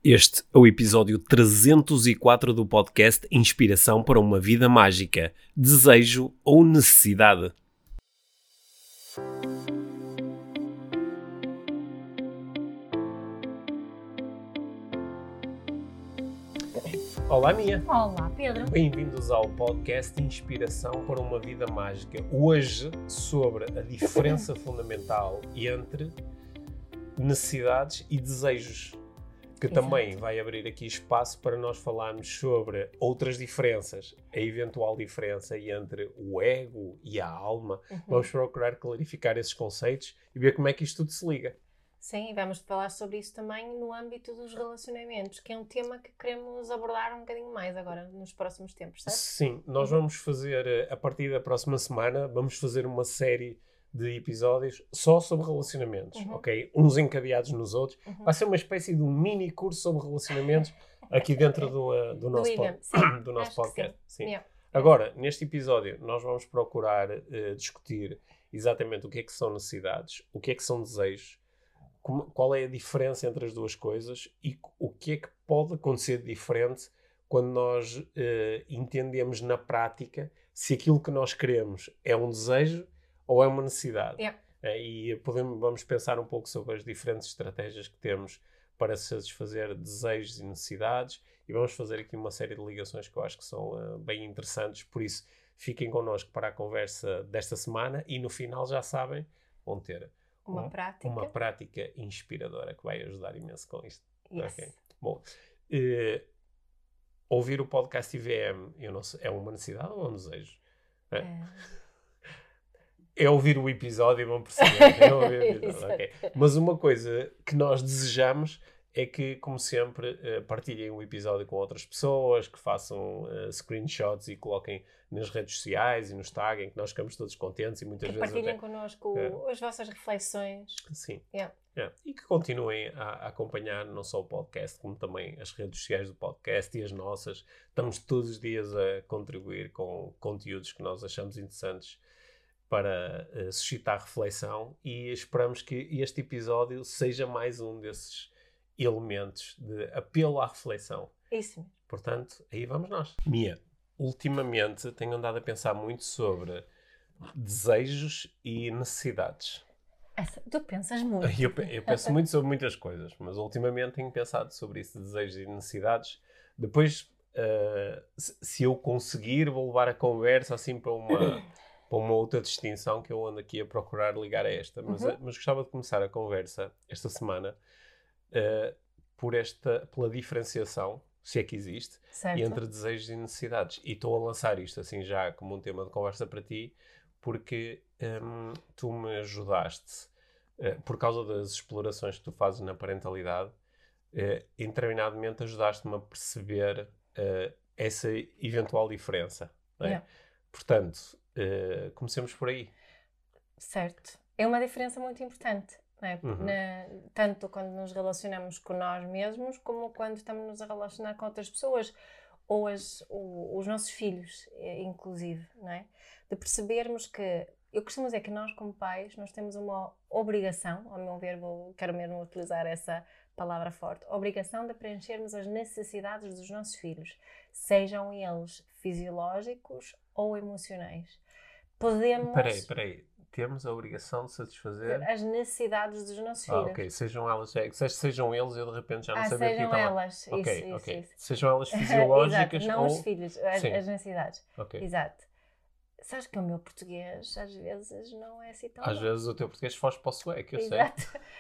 Este é o episódio 304 do podcast Inspiração para uma Vida Mágica, Desejo ou Necessidade. Olá, Mia. Olá, Pedro. Bem-vindos ao podcast Inspiração para uma Vida Mágica. Hoje, sobre a diferença fundamental entre necessidades e desejos, que também vai abrir aqui espaço para nós falarmos sobre outras diferenças, a eventual diferença entre o ego e a alma. Vamos procurar clarificar esses conceitos e ver como é que isto tudo se liga. Sim, vamos falar sobre isso também no âmbito dos relacionamentos, que é um tema que queremos abordar um bocadinho mais agora, nos próximos tempos, certo? Sim, nós vamos fazer, a partir da próxima semana, vamos fazer uma série de episódios só sobre relacionamentos, ok? Uns encadeados nos outros. Vai ser uma espécie de um mini curso sobre relacionamentos aqui dentro do nosso podcast. Sim. Yeah. Agora, neste episódio, nós vamos procurar discutir exatamente o que é que são necessidades, o que é que são desejos, qual é a diferença entre as duas coisas e o que é que pode acontecer de diferente quando nós entendemos na prática se aquilo que nós queremos é um desejo ou é uma necessidade. Yeah. E vamos pensar um pouco sobre as diferentes estratégias que temos para satisfazer desejos e necessidades, e vamos fazer aqui uma série de ligações que eu acho que são bem interessantes. Por isso, fiquem connosco para a conversa desta semana e no final, já sabem, vão ter uma prática inspiradora que vai ajudar imenso com isto. Yes. Okay? Bom, ouvir o podcast IVM, eu não sei, é uma necessidade ou é um desejo? É ouvir o episódio e vão perceber. Okay. Mas uma coisa que nós desejamos é que, como sempre, partilhem o episódio com outras pessoas, que façam screenshots e coloquem nas redes sociais e nos taguem, que nós ficamos todos contentes e muitas vezes partilhem connosco as vossas reflexões. Sim. Yeah. E que continuem a acompanhar não só o podcast, como também as redes sociais do podcast e as nossas. Estamos todos os dias a contribuir com conteúdos que nós achamos interessantes para suscitar reflexão, e esperamos que este episódio seja mais um desses elementos de apelo à reflexão. Isso. Portanto, aí vamos nós. Mia, ultimamente tenho andado a pensar muito sobre desejos e necessidades. Tu pensas muito. Eu penso muito sobre muitas coisas, mas ultimamente tenho pensado sobre isso, desejos e necessidades. Depois, se eu conseguir, vou levar a conversa assim para uma outra distinção que eu ando aqui a procurar ligar a esta. Mas gostava de começar a conversa esta semana pela diferenciação, se é que existe, entre desejos e necessidades. E estou a lançar isto assim já como um tema de conversa para ti, porque tu me ajudaste, por causa das explorações que tu fazes na parentalidade, em determinado momento ajudaste-me a perceber essa eventual diferença. Não é? Yeah. Portanto, comecemos por aí. Certo. É uma diferença muito importante, não é? Tanto quando nos relacionamos com nós mesmos, como quando estamos a relacionar com outras pessoas, ou os nossos filhos, inclusive, não é? De percebermos que, eu costumo dizer que nós, como pais, nós temos uma obrigação, ao meu ver, quero mesmo utilizar essa palavra forte, obrigação de preenchermos as necessidades dos nossos filhos, sejam eles fisiológicos ou emocionais. Podemos... Peraí. Temos a obrigação de satisfazer as necessidades dos nossos filhos. Ok. Sejam eles, eu de repente já não sabia o que sejam elas. Isso. Sejam elas fisiológicas Exato, não ou... os filhos, as necessidades. Ok. Exato. Sabes que o meu português às vezes não é assim tão Às bom. vezes o teu português foge para o sueco, eu sei. Exato.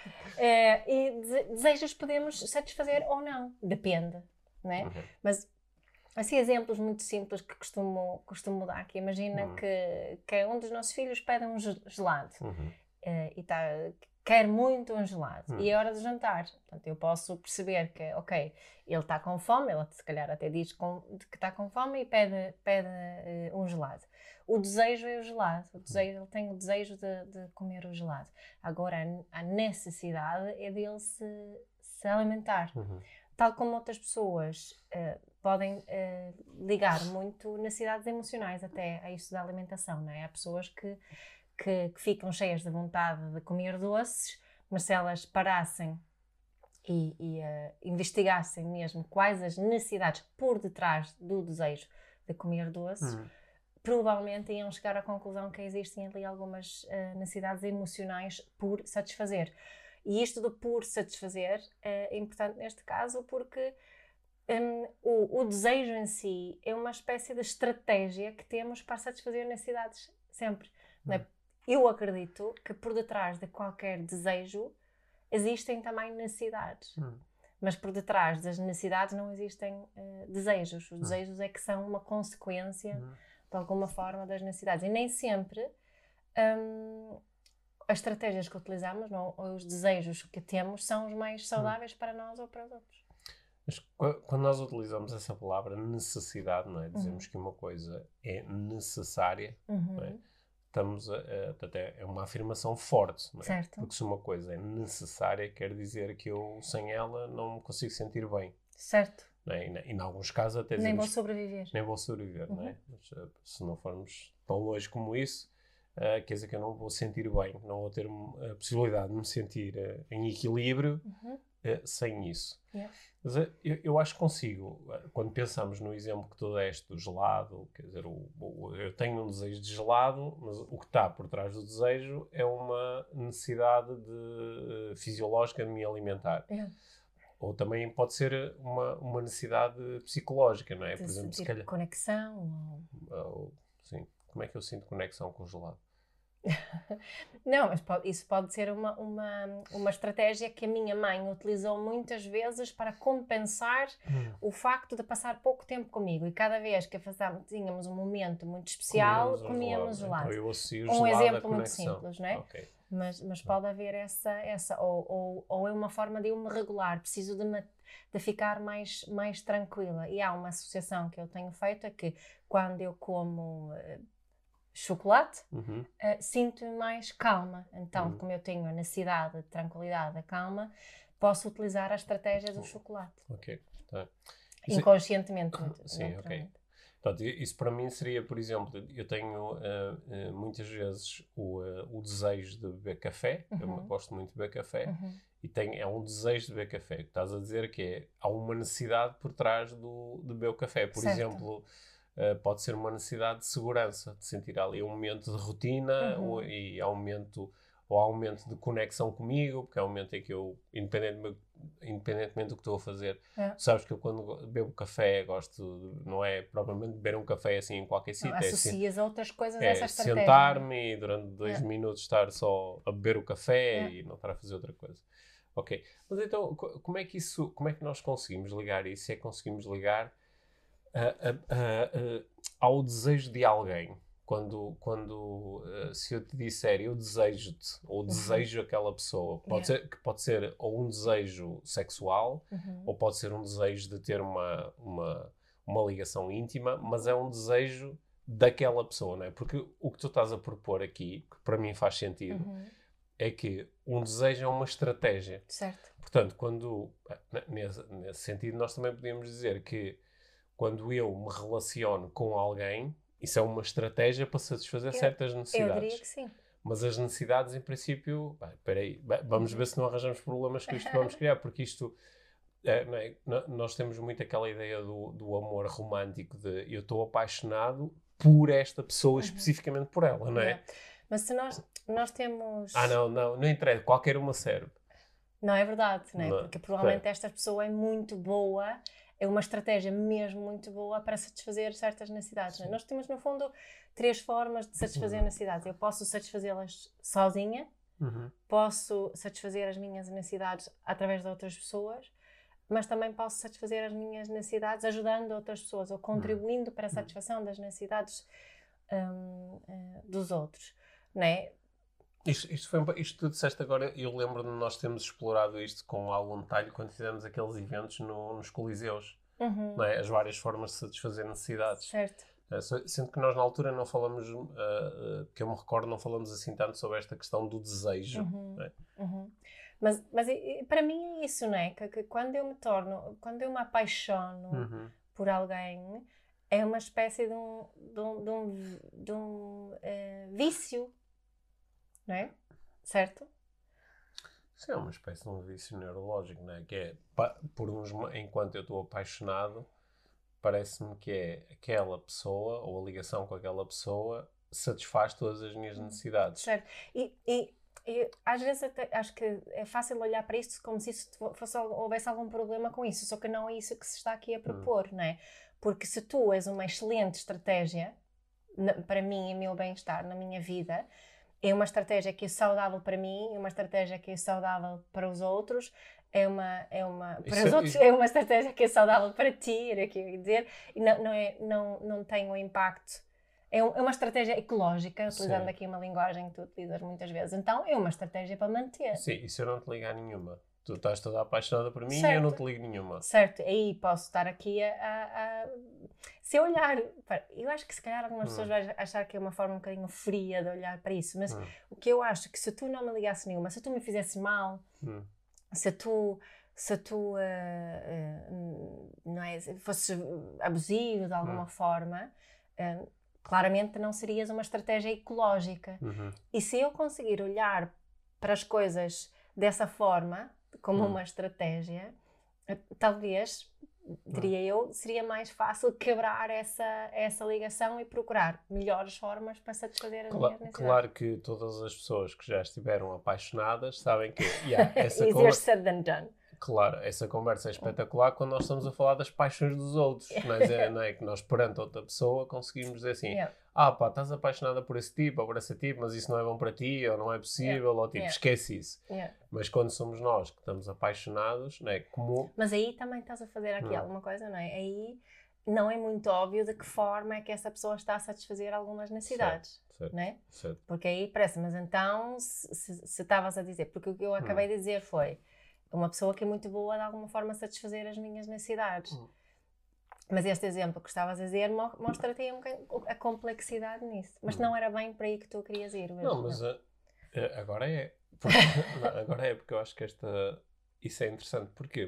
E desejos podemos satisfazer ou não. Depende, não é? Mas, assim, exemplos muito simples que costumo dar aqui. Imagina que um dos nossos filhos pede um gelado e quer muito um gelado e é hora de jantar. Portanto, eu posso perceber que, ok, ele está com fome, ele se calhar até diz que está com fome e pede um gelado. O desejo é o gelado. Ele tem o desejo de comer o gelado. Agora, a necessidade é dele se alimentar. Tal como outras pessoas podem ligar muito necessidades emocionais até a isto da alimentação, não é? Há pessoas que ficam cheias de vontade de comer doces, mas se elas parassem e investigassem mesmo quais as necessidades por detrás do desejo de comer doces, provavelmente iam chegar à conclusão que existem ali algumas necessidades emocionais por satisfazer. E isto do por satisfazer é importante neste caso porque o desejo em si é uma espécie de estratégia que temos para satisfazer necessidades sempre. Não é? Eu acredito que por detrás de qualquer desejo existem também necessidades. Mas por detrás das necessidades não existem desejos. Os desejos é que são uma consequência, de alguma forma, das necessidades. E nem sempre as estratégias que utilizamos, não, ou os desejos que temos, são os mais saudáveis para nós ou para os outros. Mas quando nós utilizamos essa palavra necessidade, não é? Dizemos que uma coisa é necessária, não é? Até é uma afirmação forte, não é? Certo. Porque se uma coisa é necessária, quer dizer que eu sem ela não me consigo sentir bem. Certo. Não é? E em alguns casos até nem vou sobreviver. Nem vou sobreviver, não é? Mas, se não formos tão longe como isso, quer dizer que eu não vou sentir bem, não vou ter a possibilidade de me sentir em equilíbrio sem isso. Yeah. Mas eu acho que consigo, quando pensamos no exemplo que tu deste do gelado, quer dizer, eu tenho um desejo de gelado, mas o que está por trás do desejo é uma necessidade fisiológica de me alimentar. Yeah. Ou também pode ser uma necessidade psicológica, não é? De por exemplo, sentir conexão. Sim. Como é que eu sinto conexão com o gelado? Não, mas isso pode ser uma estratégia que a minha mãe utilizou muitas vezes para compensar o facto de passar pouco tempo comigo. E cada vez que tínhamos um momento muito especial, comíamos gelado. Então eu associo um gelado exemplo à muito conexão. simples, não é? Okay. Mas pode haver essa ou é uma forma de eu me regular, preciso de ficar mais tranquila. E há uma associação que eu tenho feito, é que quando eu como chocolate, sinto-me mais calma. Então, como eu tenho a necessidade de tranquilidade, de calma, posso utilizar a estratégia do chocolate. Ok, tá. Inconscientemente. Sim, ok. Portanto, isso para mim seria, por exemplo, eu tenho muitas vezes o desejo de beber café, eu gosto muito de beber café, e é um desejo de beber café. O que estás a dizer que há uma necessidade por trás de beber o café. Por exemplo, pode ser uma necessidade de segurança, de sentir ali um momento de rotina e há um momento de conexão comigo, porque é um momento em que eu, independentemente do que estou a fazer, sabes que eu quando bebo café gosto, não é propriamente beber um café assim em qualquer sítio. Associas outras coisas a essa estratégia. Sentar-me e durante 2 minutos estar só a beber o café e não estar a fazer outra coisa. Ok, mas então como é que nós conseguimos ligar isso? É que conseguimos ligar ao desejo de alguém. Quando se eu te disser eu desejo-te ou desejo aquela pessoa, pode ser ou um desejo sexual ou pode ser um desejo de ter uma ligação íntima, mas é um desejo daquela pessoa, não é? Porque o que tu estás a propor aqui, que para mim faz sentido, é que um desejo é uma estratégia. Certo. Portanto, nesse sentido, nós também podemos dizer que quando eu me relaciono com alguém, isso é uma estratégia para satisfazer certas necessidades. Eu diria que sim. Mas as necessidades, em princípio... vamos ver se não arranjamos problemas que isto vamos criar, porque isto... nós temos muito aquela ideia do amor romântico, de eu estou apaixonado por esta pessoa, especificamente por ela, não é? Mas se nós temos... Não interessa, qualquer uma serve. Não é verdade, não é? Porque provavelmente esta pessoa é muito boa, é uma estratégia mesmo muito boa para satisfazer certas necessidades. Nós temos, no fundo, 3 formas de satisfazer necessidades. Eu posso satisfazê-las sozinha, posso satisfazer as minhas necessidades através de outras pessoas, mas também posso satisfazer as minhas necessidades ajudando outras pessoas ou contribuindo para a satisfação das necessidades dos outros, não é? Isto tu disseste agora, eu lembro-me de nós termos explorado isto com algum detalhe quando fizemos aqueles eventos nos coliseus, não é? As várias formas de satisfazer necessidades. Certo. Sendo que nós na altura não falamos, que eu me recordo, não falamos assim tanto sobre esta questão do desejo. Não é? Mas para mim é isso, não é? Que quando eu me apaixono por alguém, é uma espécie de um vício. Não é? Certo? Isso é uma espécie de um vício neurológico, não é? Que é, enquanto eu estou apaixonado, parece-me que é aquela pessoa, ou a ligação com aquela pessoa, satisfaz todas as minhas necessidades. Certo. E às vezes até acho que é fácil olhar para isto como se houvesse algum problema com isso, só que não é isso que se está aqui a propor, não é? Porque se tu és uma excelente estratégia para mim e meu bem-estar na minha vida, é uma estratégia que é saudável para mim, é uma estratégia que é saudável para os outros, é uma estratégia que é saudável para ti, era o que eu ia dizer, e não tem um impacto. É uma estratégia ecológica, utilizando aqui uma linguagem que tu utilizas muitas vezes. Então, é uma estratégia para manter. Sim, e se eu não te ligar nenhuma? Tu estás toda apaixonada por mim e eu não te ligo nenhuma. Certo, aí posso estar aqui se eu olhar... Eu acho que se calhar algumas pessoas vão achar que é uma forma um bocadinho fria de olhar para isso, mas o que eu acho que se tu não me ligasses nenhuma, se tu me fizesse mal, se tu não é, fosses abusivo de alguma forma... claramente não serias uma estratégia ecológica. E se eu conseguir olhar para as coisas dessa forma, como uma estratégia, talvez, diria eu, seria mais fácil quebrar essa ligação e procurar melhores formas para satisfazer as minhas necessidades. Claro que todas as pessoas que já estiveram apaixonadas sabem que easier said than done. Claro, essa conversa é espetacular quando nós estamos a falar das paixões dos outros, mas não é que nós perante outra pessoa conseguimos dizer assim, estás apaixonada por esse tipo ou por essa tipo, mas isso não é bom para ti, ou não é possível, ou tipo, esquece isso. Mas quando somos nós que estamos apaixonados, não é? Como... Mas aí também estás a fazer aqui alguma coisa, não é? Aí não é muito óbvio de que forma é que essa pessoa está a satisfazer algumas necessidades. Certo, não é? certo. Porque aí parece, mas então, se estavas a dizer, porque o que eu acabei de dizer foi uma pessoa que é muito boa de alguma forma a satisfazer as minhas necessidades. Mas este exemplo que estavas a dizer mostra-te a complexidade nisso. Mas não era bem para aí que tu querias ir. Não, mas agora é. Agora é porque eu acho que isso é interessante. Porque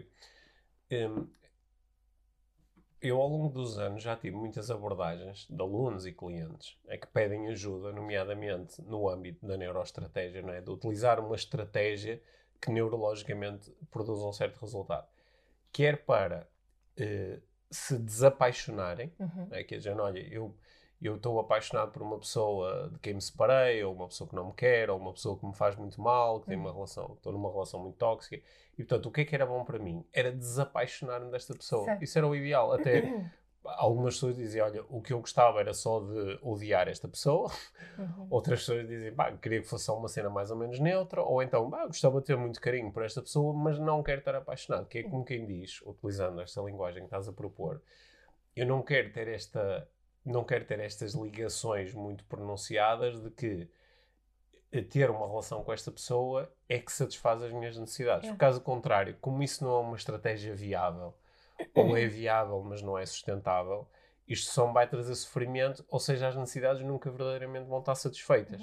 eu ao longo dos anos já tive muitas abordagens de alunos e clientes que pedem ajuda, nomeadamente no âmbito da neuroestratégia, não é? De utilizar uma estratégia que neurologicamente produz um certo resultado. Quer para se desapaixonarem, que é dizendo, olha, eu estou apaixonado por uma pessoa de quem me separei, ou uma pessoa que não me quer, ou uma pessoa que me faz muito mal, que tem uma relação, estou numa relação muito tóxica, e portanto, o que é que era bom para mim? Era desapaixonar-me desta pessoa. Certo. Isso era o ideal. Até algumas pessoas dizem, olha, o que eu gostava era só de odiar esta pessoa. Outras pessoas dizem, queria que fosse só uma cena mais ou menos neutra. Ou então, gostava de ter muito carinho por esta pessoa, mas não quero estar apaixonado. Que é como quem diz, utilizando esta linguagem que estás a propor, eu não quero ter estas ligações muito pronunciadas de que ter uma relação com esta pessoa é que satisfaz as minhas necessidades. Por caso contrário, como isso não é uma estratégia viável, ou é viável, mas não é sustentável, isto só vai trazer sofrimento, ou seja, as necessidades nunca verdadeiramente vão estar satisfeitas.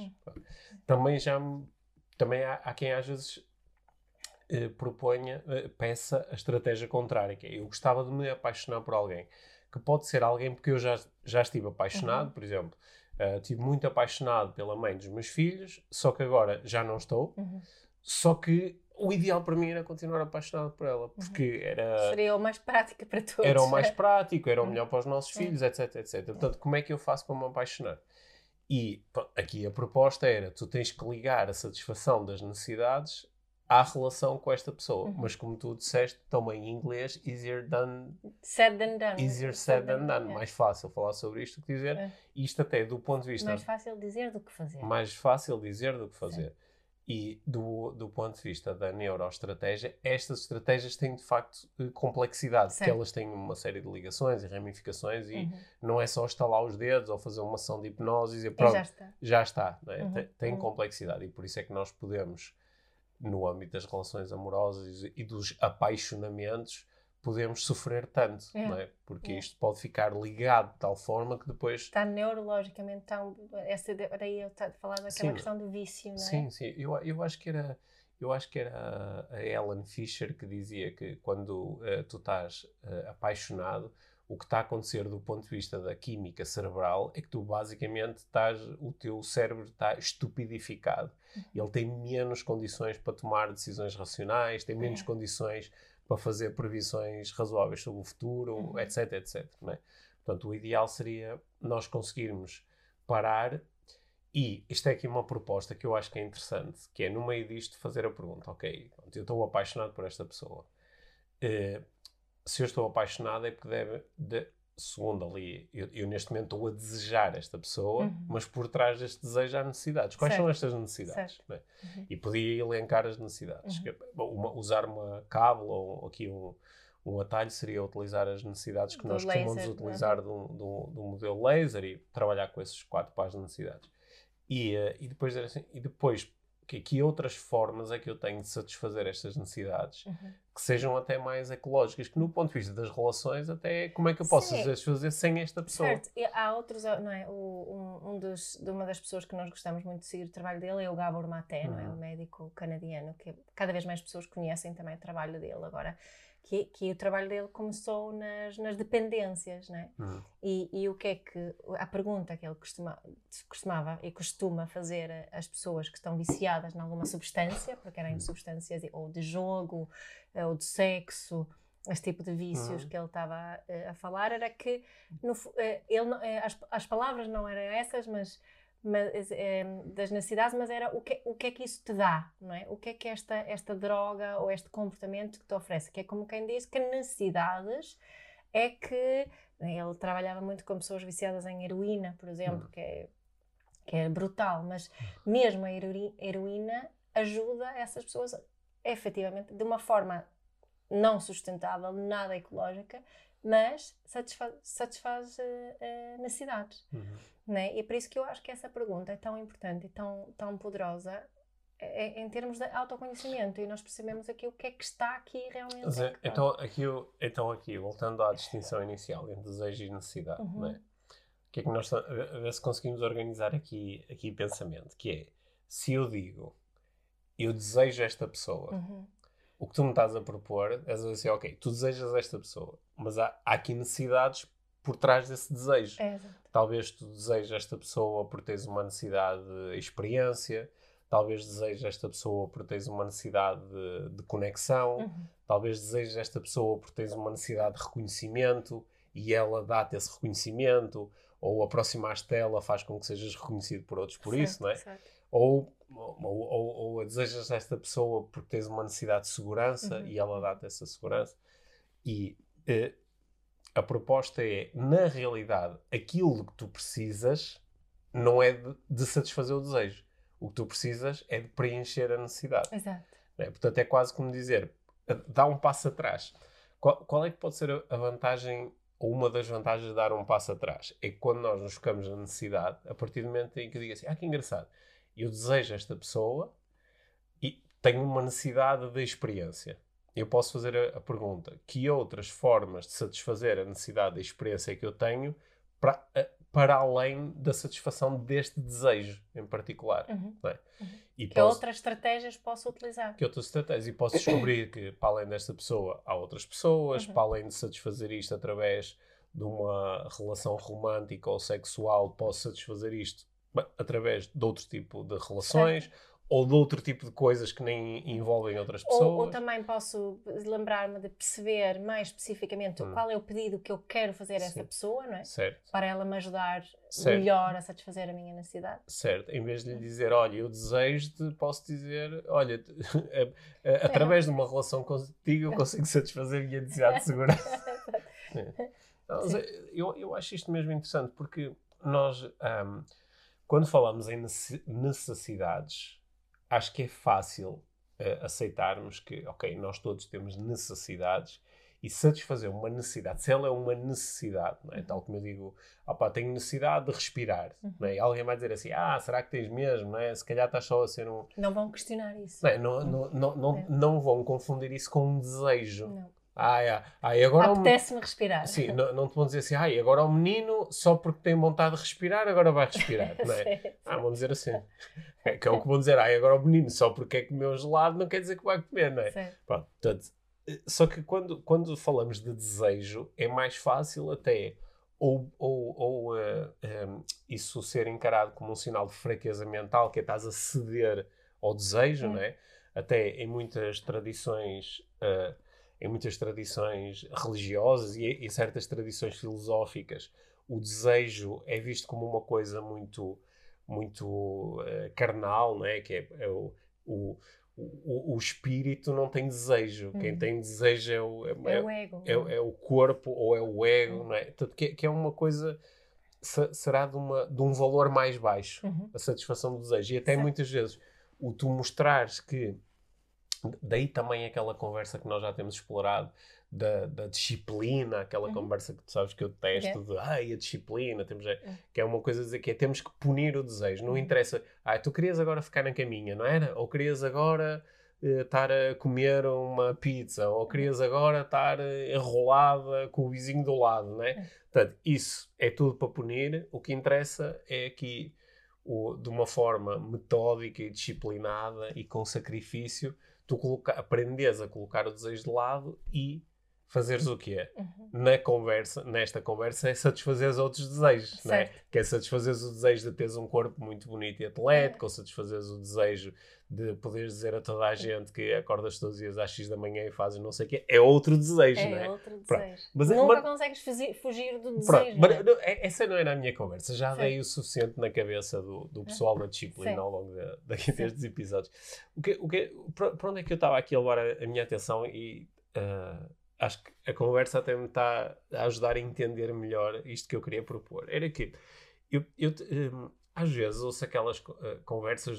Também há quem às vezes peça a estratégia contrária, que é, eu gostava de me apaixonar por alguém, que pode ser alguém porque eu já estive apaixonado, por exemplo, estive muito apaixonado pela mãe dos meus filhos, só que agora já não estou, só que o ideal para mim era continuar apaixonado por ela, porque seria o mais prático para todos. Era o mais prático, era o melhor para os nossos filhos, etc, etc. Portanto, como é que eu faço para me apaixonar? E aqui a proposta era, tu tens que ligar a satisfação das necessidades à relação com esta pessoa. Mas como tu disseste, também em inglês, easier said than done. Easier said than done. Mais fácil falar sobre isto do que dizer. Isto até do ponto de vista... Mais fácil dizer do que fazer. Mais fácil dizer do que fazer. Sim. E do ponto de vista da neuroestratégia, estas estratégias têm de facto complexidade, porque elas têm uma série de ligações e ramificações e não é só estalar os dedos ou fazer uma ação de hipnose e dizer pronto, já está. Não é? Tem complexidade e por isso é que nós podemos, no âmbito das relações amorosas e dos apaixonamentos, podemos sofrer tanto, não é? Porque isto pode ficar ligado de tal forma que depois... Está neurologicamente tão... Daí eu estava a falar daquela questão do vício, não é? Sim. Eu acho que era a Ellen Fisher que dizia que quando tu estás apaixonado, o que está a acontecer do ponto de vista da química cerebral é que tu basicamente o teu cérebro está estupidificado. Ele tem menos condições para tomar decisões racionais, tem menos condições para fazer previsões razoáveis sobre o futuro, etc, etc. Não é? Portanto, o ideal seria nós conseguirmos parar e isto é aqui uma proposta que eu acho que é interessante, que é no meio disto fazer a pergunta, ok, eu estou apaixonado por esta pessoa. Se eu estou apaixonado é porque segundo ali, eu neste momento estou a desejar esta pessoa, mas por trás deste desejo há necessidades. Quais são estas necessidades? Né? E podia elencar as necessidades. Usar uma cábula ou aqui um atalho seria utilizar as necessidades que nós costumamos utilizar do modelo laser e trabalhar com esses 4 pares de necessidades. E depois dizer assim, que outras formas é que eu tenho de satisfazer estas necessidades que sejam até mais ecológicas, que no ponto de vista das relações até como é que eu posso satisfazer sem esta pessoa? Certo, e há outros, não é? De uma das pessoas que nós gostamos muito de seguir o trabalho dele é o Gabor Maté, não é? O médico canadiano, que cada vez mais pessoas conhecem também o trabalho dele agora. Que o trabalho dele começou nas dependências, não é? E o que é que... A pergunta que ele costumava e costuma fazer às pessoas que estão viciadas em alguma substância, porque eram substâncias ou de jogo, ou de sexo, esse tipo de vícios que ele estava a falar, era que as palavras não eram essas, mas das necessidades, mas era o que é que isso te dá, não é? O que é que esta droga ou este comportamento que te oferece, que é como quem diz que necessidades é que... Ele trabalhava muito com pessoas viciadas em heroína, por exemplo, que é brutal, mas mesmo a heroína ajuda essas pessoas efetivamente de uma forma não sustentável, nada ecológica, mas satisfaz necessidades. Não é? E é por isso que eu acho que essa pergunta é tão importante e tão poderosa em termos de autoconhecimento, e nós percebemos aqui o que é que está aqui realmente. Então aqui, voltando à distinção inicial entre desejo e necessidade, não é? O que é que nós a ver se conseguimos organizar aqui o pensamento, que é, se eu digo, eu desejo esta pessoa, o que tu me estás a propor é dizer assim, ok, tu desejas esta pessoa, mas há aqui necessidades por trás desse desejo. Talvez tu desejes esta pessoa porque tens uma necessidade de experiência, talvez desejes esta pessoa porque tens uma necessidade de conexão, talvez desejes esta pessoa porque tens uma necessidade de reconhecimento e ela dá-te esse reconhecimento, ou aproximaste dela faz com que sejas reconhecido por outros por isso, não é? Ou desejas esta pessoa porque tens uma necessidade de segurança e ela dá-te essa segurança. E a proposta é, na realidade, aquilo que tu precisas não é de satisfazer o desejo. O que tu precisas é de preencher a necessidade. Portanto, é quase como dizer, dá um passo atrás. Qual é que pode ser a vantagem, ou uma das vantagens de dar um passo atrás? É que quando nós nos focamos na necessidade, a partir do momento em que eu digo assim, que engraçado, eu desejo esta pessoa e tenho uma necessidade de experiência. Eu posso fazer a pergunta, que outras formas de satisfazer a necessidade de experiência que eu tenho para além da satisfação deste desejo em particular. Não é? Que outras estratégias posso utilizar? Que outras estratégias. E posso descobrir que, para além desta pessoa, há outras pessoas, para além de satisfazer isto através de uma relação romântica ou sexual, posso satisfazer isto através de outro tipo de relações, ou de outro tipo de coisas que nem envolvem outras pessoas. Ou também posso lembrar-me de perceber mais especificamente qual é o pedido que eu quero fazer a essa pessoa, não é? Para ela me ajudar melhor a satisfazer a minha necessidade. Em vez de lhe dizer, olha, eu desejo-te, posso dizer, olha, através de uma relação contigo eu consigo satisfazer a minha necessidade de segurança. Eu acho isto mesmo interessante, porque nós, quando falamos em necessidades, acho que é fácil aceitarmos que, ok, nós todos temos necessidades e satisfazer uma necessidade, se ela é uma necessidade, não é? Tal como eu digo, tenho necessidade de respirar, não é? E alguém vai dizer assim, será que tens mesmo, não é? Se calhar estás só a ser um... Não vão questionar isso. Não vão confundir isso com um desejo. Não. Agora apetece-me respirar. Sim, não te vão dizer assim, agora o menino, só porque tem vontade de respirar, agora vai respirar, não é? Vão dizer assim. Que é o que vão dizer, agora o menino, só porque é comeu gelado, não quer dizer que vai comer, não é? Pronto, portanto, Só que quando falamos de desejo, é mais fácil até isso ser encarado como um sinal de fraqueza mental, que é estás a ceder ao desejo, não é? Até em muitas tradições religiosas e certas tradições filosóficas, o desejo é visto como uma coisa muito carnal, não é? Que é o espírito não tem desejo. Quem tem desejo é o ego. É o corpo ou é o ego, não é? Portanto, que é uma coisa, será de um valor mais baixo, a satisfação do desejo. E até muitas vezes, o tu mostrares que, daí também aquela conversa que nós já temos explorado, da disciplina, aquela conversa que tu sabes que eu detesto, de a disciplina, que é uma coisa a dizer que é temos que punir o desejo. Não interessa, tu querias agora ficar na caminha, não era? Ou querias agora estar a comer uma pizza, ou querias agora estar enrolada com o vizinho do lado, não é? Portanto, isso é tudo para punir. O que interessa é aqui, de uma forma metódica e disciplinada e com sacrifício, tu aprendes a colocar o desejo de lado e fazeres o quê? Nesta conversa é satisfazeres outros desejos, não é? Que é satisfazeres o desejo de teres um corpo muito bonito e atlético, ou satisfazeres o desejo de poderes dizer a toda a gente que acordas todos os dias às X da manhã e fazes não sei o quê. É outro desejo, não é? É outro desejo. Nunca consegues fugir do desejo, essa não era a minha conversa. Já dei o suficiente na cabeça do pessoal da disciplina ao longo destes episódios. Para onde é que eu estava aqui a levar a minha atenção e... acho que a conversa até me está a ajudar a entender melhor isto que eu queria propor. Era que eu às vezes ouço aquelas conversas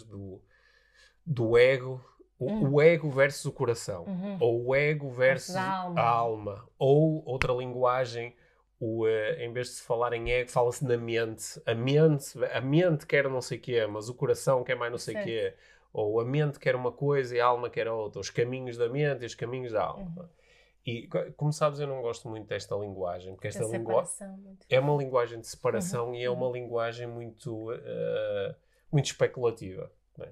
do ego, o ego versus o coração, ou o ego versus a alma, ou outra linguagem, em vez de se falar em ego, fala-se na mente. A mente quer não sei o quê, mas o coração quer mais não sei o quê. Ou a mente quer uma coisa e a alma quer outra. Os caminhos da mente e os caminhos da alma. E, como sabes, eu não gosto muito desta linguagem, porque esta linguagem é uma linguagem de separação e é uma linguagem muito especulativa. Não é?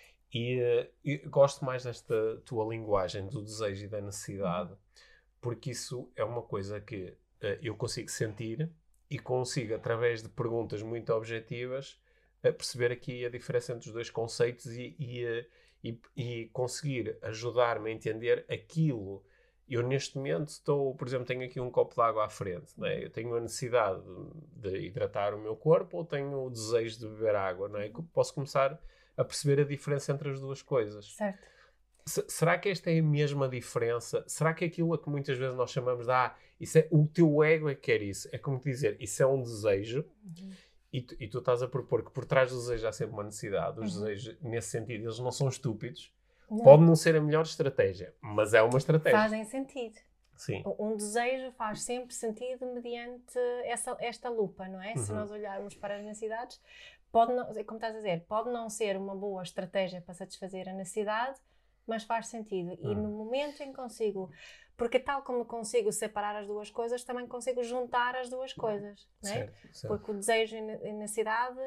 E gosto mais desta tua linguagem do desejo e da necessidade, porque isso é uma coisa que eu consigo sentir e consigo, através de perguntas muito objetivas, perceber aqui a diferença entre os dois conceitos e conseguir ajudar-me a entender aquilo. Eu, neste momento, por exemplo, tenho aqui um copo de água à frente, né? Eu tenho a necessidade de hidratar o meu corpo ou tenho o desejo de beber água, não é? Posso começar a perceber a diferença entre as duas coisas. Certo. Será que esta é a mesma diferença? Será que aquilo a que muitas vezes nós chamamos de isso é o teu ego é que quer isso? É como dizer, isso é um desejo e tu estás a propor que por trás do desejo há sempre uma necessidade. Os desejos, nesse sentido, eles não são estúpidos. Não. Pode não ser a melhor estratégia, mas é uma estratégia. Fazem sentido. Sim. Um desejo faz sempre sentido mediante esta lupa, não é? Se nós olharmos para as necessidades, pode não, como estás a dizer, pode não ser uma boa estratégia para satisfazer a necessidade, mas faz sentido. E no momento em que consigo... Porque tal como consigo separar as duas coisas, também consigo juntar as duas coisas, não é? Certo. Porque o desejo e a necessidade...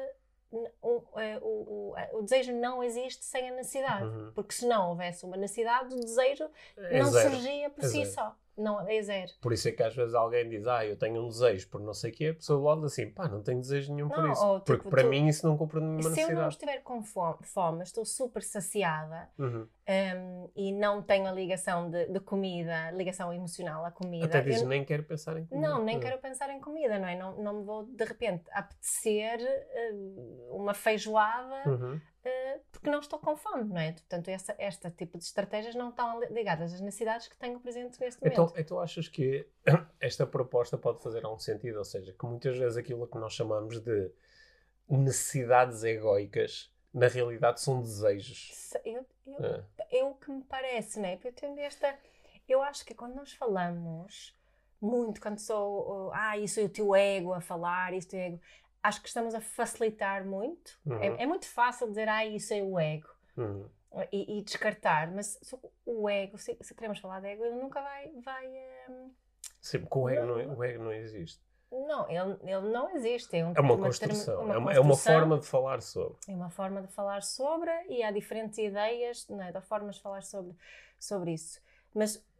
O desejo não existe sem a necessidade, porque se não houvesse uma necessidade, o desejo não surgia por si só. Não, é zero. Por isso é que às vezes alguém diz, eu tenho um desejo por não sei o quê, a pessoa logo diz assim, não tenho desejo nenhum por isso. Ou, porque para mim isso não cumpre nenhuma necessidade. Se eu não estiver com fome, estou super saciada e não tenho a ligação de comida, ligação emocional à comida. Até dizes, nem quero pensar em comida. Não, nem quero pensar em comida, não é? Não me vou de repente apetecer uma feijoada porque não estou com fome, não é? Portanto, este tipo de estratégias não estão ligadas às necessidades que tenho presentes neste momento. Então achas que esta proposta pode fazer algum sentido? Ou seja, que muitas vezes aquilo que nós chamamos de necessidades egoicas, na realidade são desejos. É o que me parece, não é? Eu acho que quando nós falamos muito, quando isso é o teu ego a falar, isso é o ego... Acho que estamos a facilitar muito. É muito fácil dizer, isso é o ego. E descartar. Mas o ego, se queremos falar de ego, ele nunca vai... Sim, porque o ego não existe. Não, ele não existe. É uma construção. É uma forma de falar sobre. É uma forma de falar sobre e há diferentes ideias, não é? De formas de falar sobre isso. Mas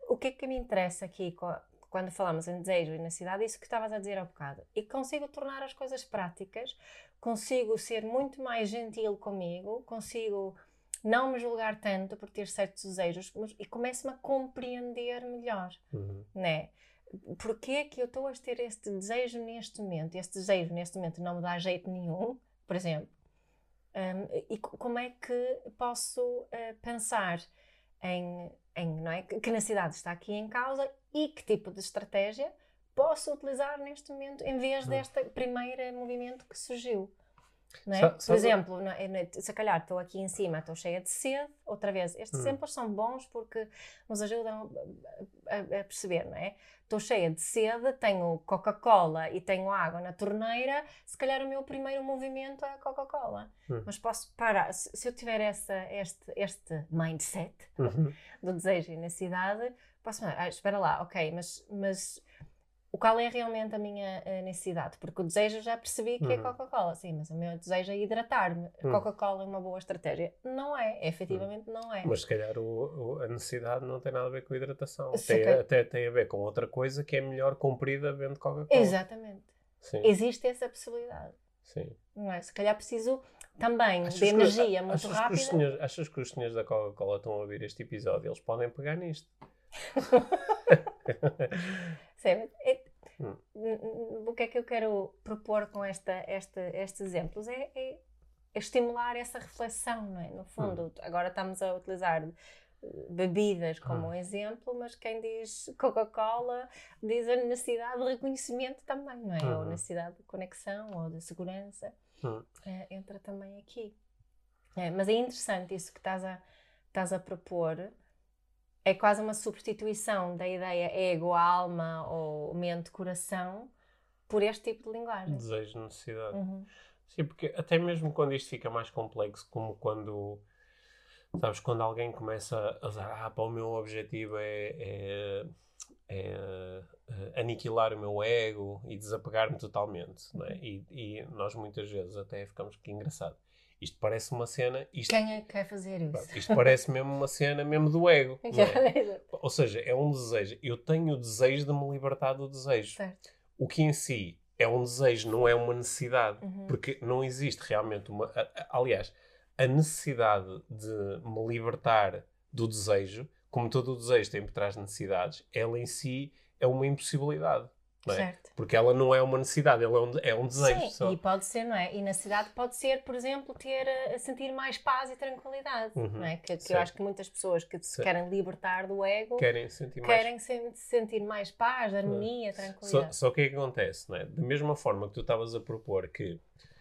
o que é que me interessa aqui quando falamos em desejo e necessidade? Isso que estavas a dizer há bocado. E consigo tornar as coisas práticas, consigo ser muito mais gentil comigo, consigo não me julgar tanto por ter certos desejos e começo-me a compreender melhor, né? Porquê é que eu estou a ter este desejo neste momento? Este desejo neste momento não me dá jeito nenhum, por exemplo. E como é que posso pensar em não é? Que necessidade está aqui em causa e que tipo de estratégia posso utilizar neste momento em vez deste primeiro movimento que surgiu. Não é? Por exemplo, se calhar estou aqui em cima, estou cheia de sede, outra vez, estes exemplos são bons porque nos ajudam a perceber, não é? Estou cheia de sede, tenho Coca-Cola e tenho água na torneira, se calhar o meu primeiro movimento é a Coca-Cola. Mas posso parar, se eu tiver este mindset do desejo e necessidade, posso falar, espera lá, ok, mas qual é realmente a minha necessidade? Porque o desejo já percebi que é Coca-Cola. Sim, mas o meu desejo é hidratar-me. Coca-Cola é uma boa estratégia. Não é, efetivamente não é. Mas se calhar a necessidade não tem nada a ver com a hidratação. Até tem a ver com outra coisa que é melhor cumprida vendo Coca-Cola. Exatamente. Sim. Existe essa possibilidade. Sim. Não é? Se calhar preciso também de energia muito rápida. Achas que os senhores da Coca-Cola estão a ouvir este episódio? Eles podem pegar nisto. O que é que eu quero propor com estes exemplos? É estimular essa reflexão, não é? No fundo, agora estamos a utilizar bebidas como um exemplo, mas quem diz Coca-Cola diz a necessidade de reconhecimento também, não é? Ou a necessidade de conexão ou de segurança entra também aqui. Mas é interessante isso que estás a propor. É quase uma substituição da ideia ego, alma ou mente, coração por este tipo de linguagem. Desejo, necessidade. Sim, porque até mesmo quando isto fica mais complexo, como quando, sabes, quando alguém começa a usar, o meu objetivo é aniquilar o meu ego e desapegar-me totalmente, não é? E nós muitas vezes até ficamos que engraçado. Isto parece uma cena... Quem é que quer fazer isso? Isto parece mesmo uma cena mesmo do ego. É? Ou seja, é um desejo. Eu tenho o desejo de me libertar do desejo. Certo. O que em si é um desejo, não é uma necessidade. Porque não existe realmente uma... Aliás, a necessidade de me libertar do desejo, como todo o desejo tem por trás necessidades, ela em si é uma impossibilidade. Não é? Certo. Porque ela não é uma necessidade, ela é um desejo. Sim, só. E pode ser, não é? E necessidade pode ser, por exemplo, sentir mais paz e tranquilidade, não é? Que eu acho que muitas pessoas que se querem libertar do ego querem sentir mais paz, harmonia, tranquilidade. Só que o que acontece, não é? Da mesma forma que tu estavas a propor que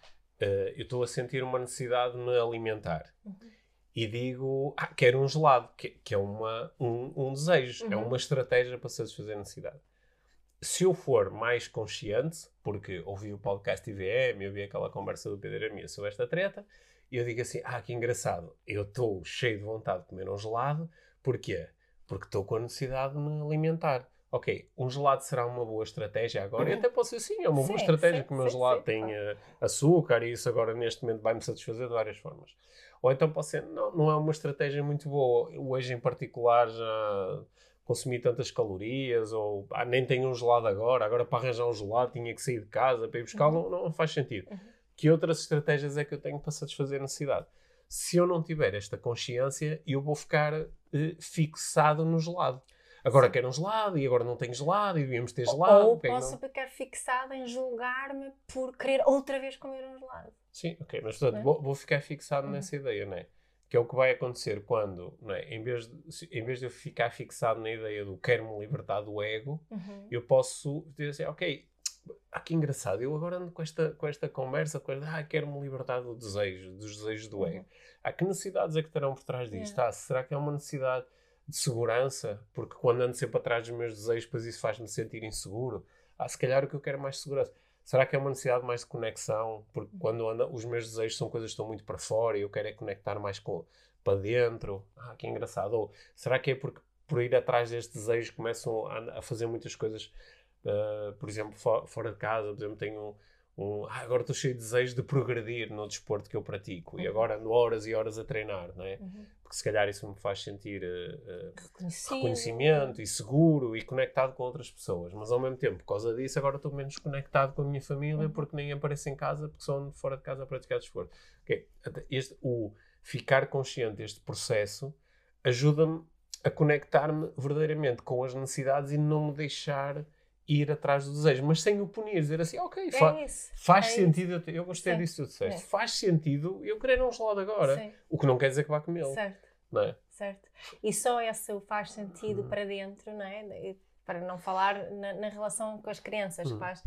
eu estou a sentir uma necessidade de me alimentar e digo, quero um gelado, que é um desejo, é uma estratégia para satisfazer a necessidade. Se eu for mais consciente, porque ouvi o podcast IVM, ouvi aquela conversa do Pedro Armia sobre esta treta, e eu digo assim, que engraçado, eu estou cheio de vontade de comer um gelado, porquê? Porque estou com a necessidade de me alimentar. Ok, um gelado será uma boa estratégia agora? E até posso dizer, sim, é uma boa estratégia, que o meu gelado tem açúcar, e isso agora neste momento vai-me satisfazer de várias formas. Ou então pode ser, não é uma estratégia muito boa, hoje em particular já... consumir tantas calorias, ou nem tenho um gelado agora para arranjar um gelado tinha que sair de casa para ir buscá-lo, não faz sentido. Que outras estratégias é que eu tenho para satisfazer a necessidade? Se eu não tiver esta consciência, eu vou ficar fixado no gelado. Agora quero um gelado, e agora não tenho gelado, e devíamos ter gelado. Ou posso ficar fixado em julgar-me por querer outra vez comer um gelado. Sim, ok, mas portanto, vou ficar fixado nessa ideia, não é? Que é o que vai acontecer quando, não é? Em vez de eu ficar fixado na ideia do quero-me libertar do ego, eu posso dizer assim, ok, que engraçado, eu agora ando com esta conversa, quero-me libertar dos desejos do ego. Que necessidades é que terão por trás disto? Será que é uma necessidade de segurança? Porque quando ando sempre atrás dos meus desejos, depois isso faz-me sentir inseguro. Se calhar o que eu quero é mais segurança. Será que é uma necessidade mais de conexão? Porque quando os meus desejos são coisas que estão muito para fora e eu quero é conectar mais para dentro. Que engraçado. Ou será que é porque por ir atrás destes desejos começam a fazer muitas coisas, por exemplo, fora de casa? Por exemplo, tenho agora estou cheio de desejo de progredir no desporto que eu pratico e agora ando horas e horas a treinar, não é? Porque se calhar isso me faz sentir reconhecimento e seguro e conectado com outras pessoas, mas ao mesmo tempo, por causa disso, agora estou menos conectado com a minha família porque nem apareço em casa porque só ando fora de casa a praticar desporto. Okay. O ficar consciente deste processo ajuda-me a conectar-me verdadeiramente com as necessidades e não me deixar ir atrás do desejo, mas sem o punir, dizer assim, ok, faz sentido, eu gostei disso que tu disseste, faz sentido eu querer um gelado agora, o que não quer dizer que vá comê-lo. Certo. Não é? Certo. E só esse faz sentido para dentro, não é? Para não falar na relação com as crianças, faz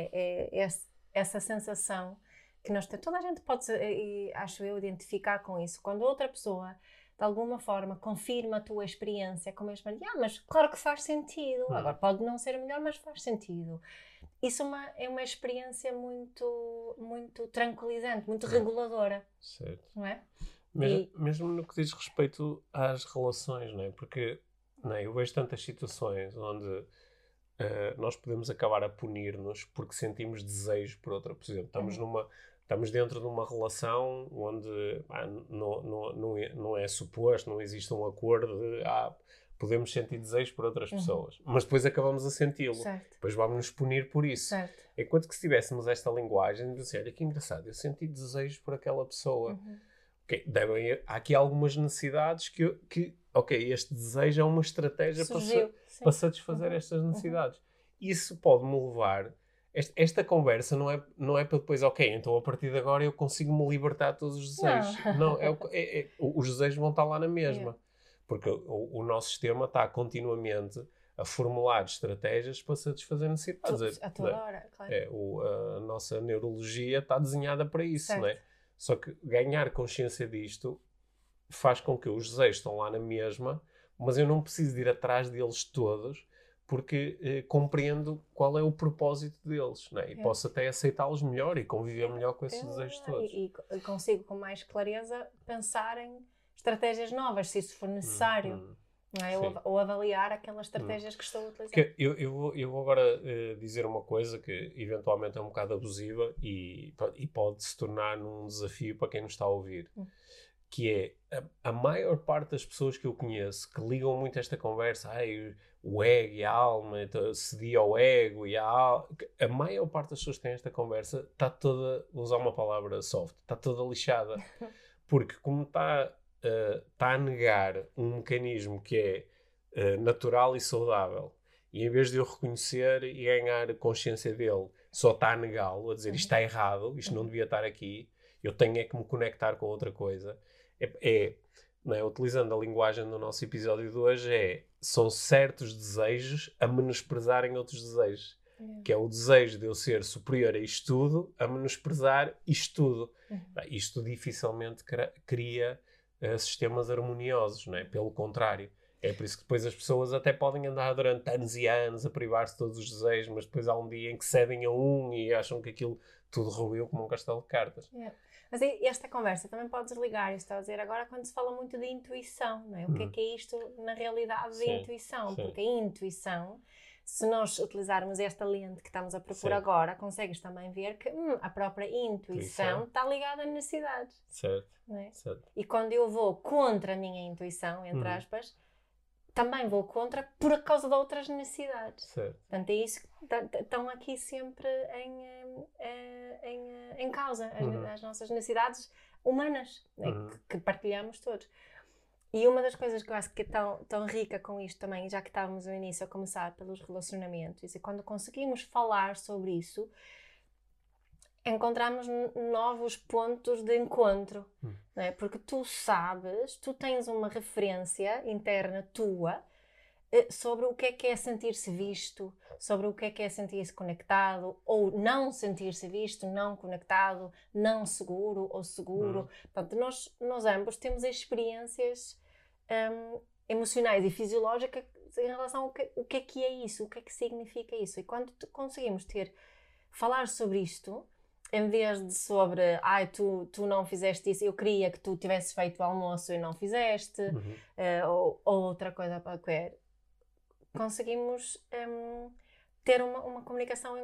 essa sensação que toda a gente pode, acho eu, identificar com isso. Quando outra pessoa de alguma forma confirma a tua experiência, como mas claro que faz sentido, agora pode não ser melhor, mas faz sentido. Isso é uma experiência muito, muito tranquilizante, muito reguladora. Certo. Não é? Mesmo no que diz respeito às relações, não é? Porque não é? Eu vejo tantas situações onde nós podemos acabar a punir-nos porque sentimos desejo por outra pessoa. Estamos dentro de uma relação onde não é suposto, não existe um acordo de podemos sentir desejo por outras pessoas, mas depois acabamos a senti-lo. Certo. Depois vamos-nos punir por isso. Certo. Enquanto que se tivéssemos esta linguagem, de dizer, olha que engraçado, eu senti desejo por aquela pessoa. Okay, há aqui algumas necessidades que este desejo é uma estratégia para satisfazer estas necessidades. Isso pode-me levar... Esta conversa não é para depois, então a partir de agora eu consigo me libertar de todos os desejos. Não, os desejos vão estar lá na mesma. Porque o nosso sistema está continuamente a formular estratégias para satisfazer necessidades. A toda hora, claro. A nossa neurologia está desenhada para isso, não é? Só que ganhar consciência disto faz com que os desejos estão lá na mesma, mas eu não preciso de ir atrás deles todos, porque compreendo qual é o propósito deles, não é? E posso até aceitá-los melhor e conviver melhor com esses desejos todos. E consigo com mais clareza pensar em estratégias novas, se isso for necessário. Não é? Ou avaliar aquelas estratégias que estou a utilizar. Eu vou agora dizer uma coisa que eventualmente é um bocado abusiva e pode se tornar num desafio para quem nos está a ouvir. Que é, a maior parte das pessoas que eu conheço que ligam muito a esta conversa, o ego e a alma, cedi ao ego e à alma, a maior parte das pessoas que têm esta conversa está toda, vou usar uma palavra soft, está toda lixada. Porque como está a negar um mecanismo que é natural e saudável, e em vez de eu reconhecer e ganhar consciência dele, só está a negá-lo, a dizer isto está errado, isto não devia estar aqui, eu tenho é que me conectar com outra coisa. Não é? Utilizando a linguagem do nosso episódio de hoje, são certos desejos a menosprezarem outros desejos. Que é o desejo de eu ser superior a isto tudo, a menosprezar isto tudo. Isto dificilmente cria sistemas harmoniosos, não é? Pelo contrário. É por isso que depois as pessoas até podem andar durante anos e anos a privar-se de todos os desejos, mas depois há um dia em que cedem a e acham que aquilo tudo ruiu como um castelo de cartas. Mas esta conversa também pode desligar. Está a dizer agora quando se fala muito de intuição, não é? O que é isto na realidade de intuição? Porque a intuição, se nós utilizarmos esta lente que estamos a propor agora, consegues também ver que a própria intuição está ligada a necessidades. Certo. Não é? Certo. E quando eu vou contra a minha intuição, entre aspas, também vou contra por causa de outras necessidades. Certo. Portanto, é isso que estão aqui sempre em causa, as nossas necessidades humanas, né, que partilhamos todos. E uma das coisas que eu acho que é tão rica com isto também, já que estávamos no início a começar pelos relacionamentos, e quando conseguimos falar sobre isso, encontramos novos pontos de encontro, não é? Porque tu tens uma referência interna tua sobre o que é sentir-se visto, sobre o que é sentir-se conectado, ou não sentir-se visto, não conectado, não seguro ou seguro. Portanto, nós ambos temos experiências emocionais e fisiológicas em relação ao que é isso, o que é que significa isso. E quando conseguimos falar sobre isto, em vez de sobre, tu não fizeste isso, eu queria que tu tivesses feito o almoço e não fizeste, ou outra coisa qualquer, conseguimos ter uma comunicação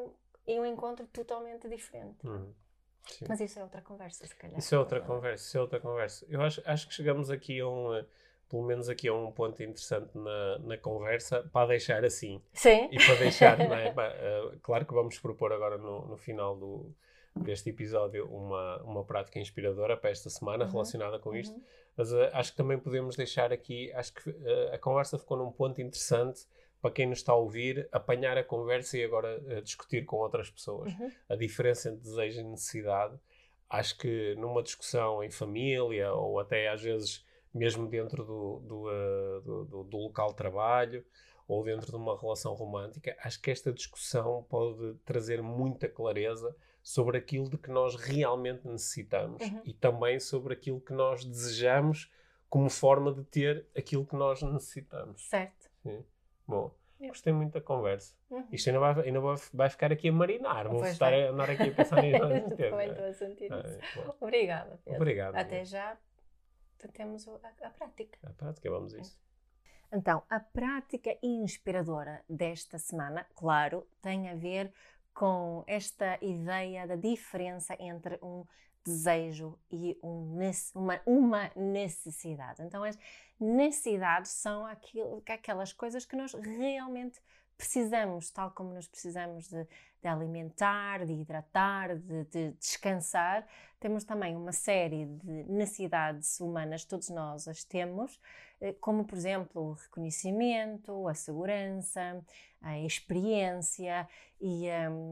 e um encontro totalmente diferente. Sim. Mas isso é outra conversa, se calhar. Isso é outra conversa. Eu acho que chegamos aqui pelo menos aqui a um ponto interessante na conversa, para deixar assim. Sim. E para deixar, não é? Claro que vamos propor agora no final deste episódio uma prática inspiradora para esta semana relacionada com isto, mas acho que também podemos deixar aqui, acho que a conversa ficou num ponto interessante para quem nos está a ouvir, apanhar a conversa e agora discutir com outras pessoas. A diferença entre desejo e necessidade. Acho que numa discussão em família ou até às vezes mesmo dentro do local de trabalho ou dentro de uma relação romântica, acho que esta discussão pode trazer muita clareza sobre aquilo de que nós realmente necessitamos e também sobre aquilo que nós desejamos como forma de ter aquilo que nós necessitamos. Certo. Sim. Bom, gostei muito da conversa. Isto ainda vai ficar aqui a marinar. Vou estar a andar aqui a pensar nisso. Também estou a sentir isso. Obrigada, Pedro. Obrigado. Até já temos a prática. A prática, vamos a isso. Então, a prática inspiradora desta semana, claro, tem a ver com esta ideia da diferença entre um desejo e uma necessidade. Então, as necessidades são aquelas coisas que nós realmente precisamos, tal como nós precisamos de alimentar, de hidratar, de descansar. Temos também uma série de necessidades humanas, todos nós as temos, como, por exemplo, o reconhecimento, a segurança, a experiência e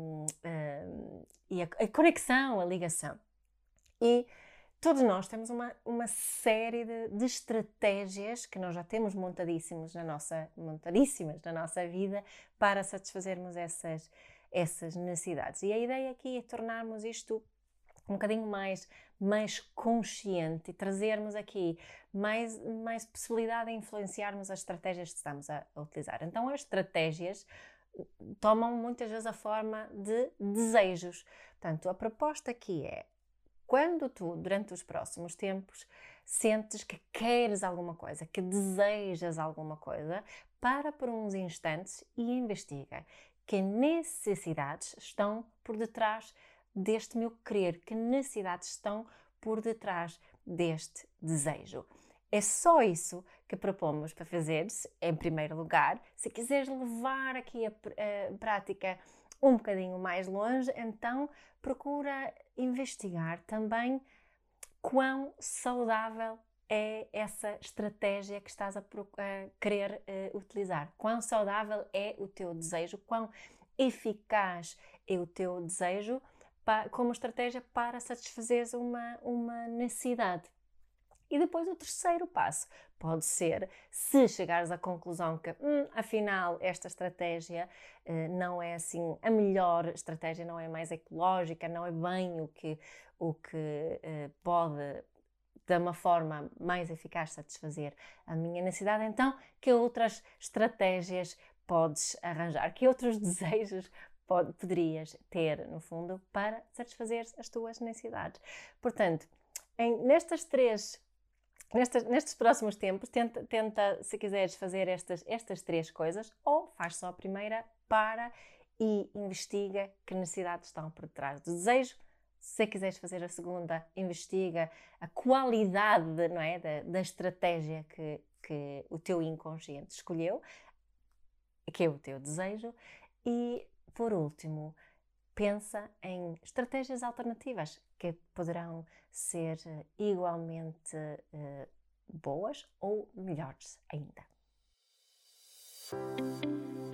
a conexão, a ligação. E todos nós temos uma série de estratégias que nós já temos montadíssimas na nossa vida para satisfazermos essas necessidades. E a ideia aqui é tornarmos isto um bocadinho mais consciente e trazermos aqui mais possibilidade de influenciarmos as estratégias que estamos a utilizar. Então, as estratégias tomam muitas vezes a forma de desejos. Portanto, a proposta aqui é: quando tu, durante os próximos tempos, sentes que queres alguma coisa, que desejas alguma coisa, para por uns instantes e investiga que necessidades estão por detrás deste meu querer, que necessidades estão por detrás deste desejo. É só isso que propomos para fazeres, em primeiro lugar. Se quiseres levar aqui a prática um bocadinho mais longe, então procura investigar também quão saudável é essa estratégia que estás a querer utilizar. Quão saudável é o teu desejo, quão eficaz é o teu desejo como estratégia para satisfazeres uma necessidade. E depois o terceiro passo pode ser, se chegares à conclusão que afinal esta estratégia não é assim a melhor estratégia, não é mais ecológica, não é bem o que pode de uma forma mais eficaz satisfazer a minha necessidade, então que outras estratégias podes arranjar, que outros desejos poderias ter, no fundo, para satisfazer as tuas necessidades. Portanto, nestes próximos tempos, tenta, se quiseres fazer estas três coisas, ou faz só a primeira, para e investiga que necessidades estão por detrás do desejo. Se quiseres fazer a segunda, investiga a qualidade, não é, da estratégia que o teu inconsciente escolheu, que é o teu desejo. E, por último, pensa em estratégias alternativas que poderão ser igualmente boas ou melhores ainda.